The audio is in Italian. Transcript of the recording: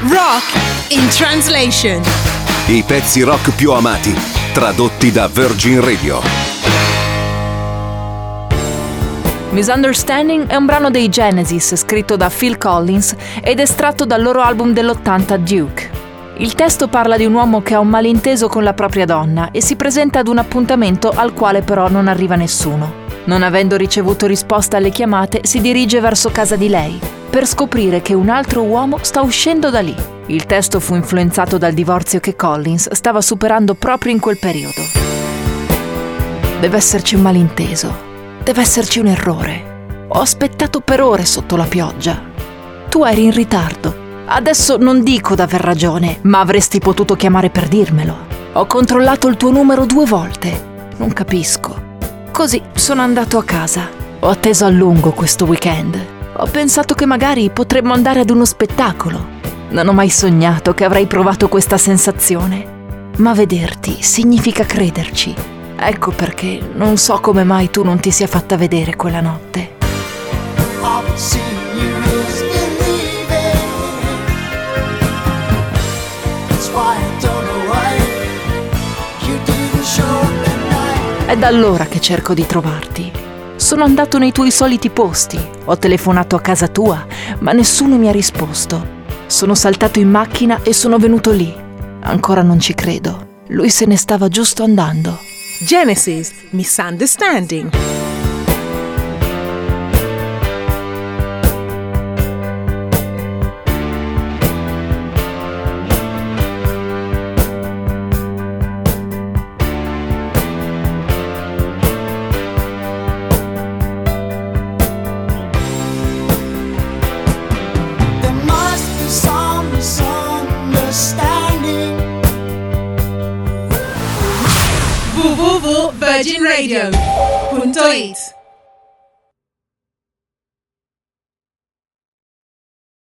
Rock in Translation. I pezzi rock più amati, tradotti da Virgin Radio. Misunderstanding è un brano dei Genesis scritto da Phil Collins ed estratto dal loro album dell'80 Duke. Il testo parla di un uomo che ha un malinteso con la propria donna e si presenta ad un appuntamento al quale però non arriva nessuno. Non avendo ricevuto risposta alle chiamate, si dirige verso casa di lei, per scoprire che un altro uomo sta uscendo da lì. Il testo fu influenzato dal divorzio che Collins stava superando proprio in quel periodo. Deve esserci un malinteso, deve esserci un errore. Ho aspettato per ore sotto la pioggia. Tu eri in ritardo. Adesso non dico d'aver ragione, ma avresti potuto chiamare per dirmelo. Ho controllato il tuo numero 2 volte. Non capisco. Così sono andato a casa. Ho atteso a lungo questo weekend. Ho pensato che magari potremmo andare ad uno spettacolo. Non ho mai sognato che avrei provato questa sensazione. Ma vederti significa crederci. Ecco perché non so come mai tu non ti sia fatta vedere quella notte. È da allora che cerco di trovarti. Sono andato nei tuoi soliti posti, ho telefonato a casa tua, ma nessuno mi ha risposto. Sono saltato in macchina e sono venuto lì. Ancora non ci credo. Lui se ne stava giusto andando. Genesis, Misunderstanding. www.virginradio.it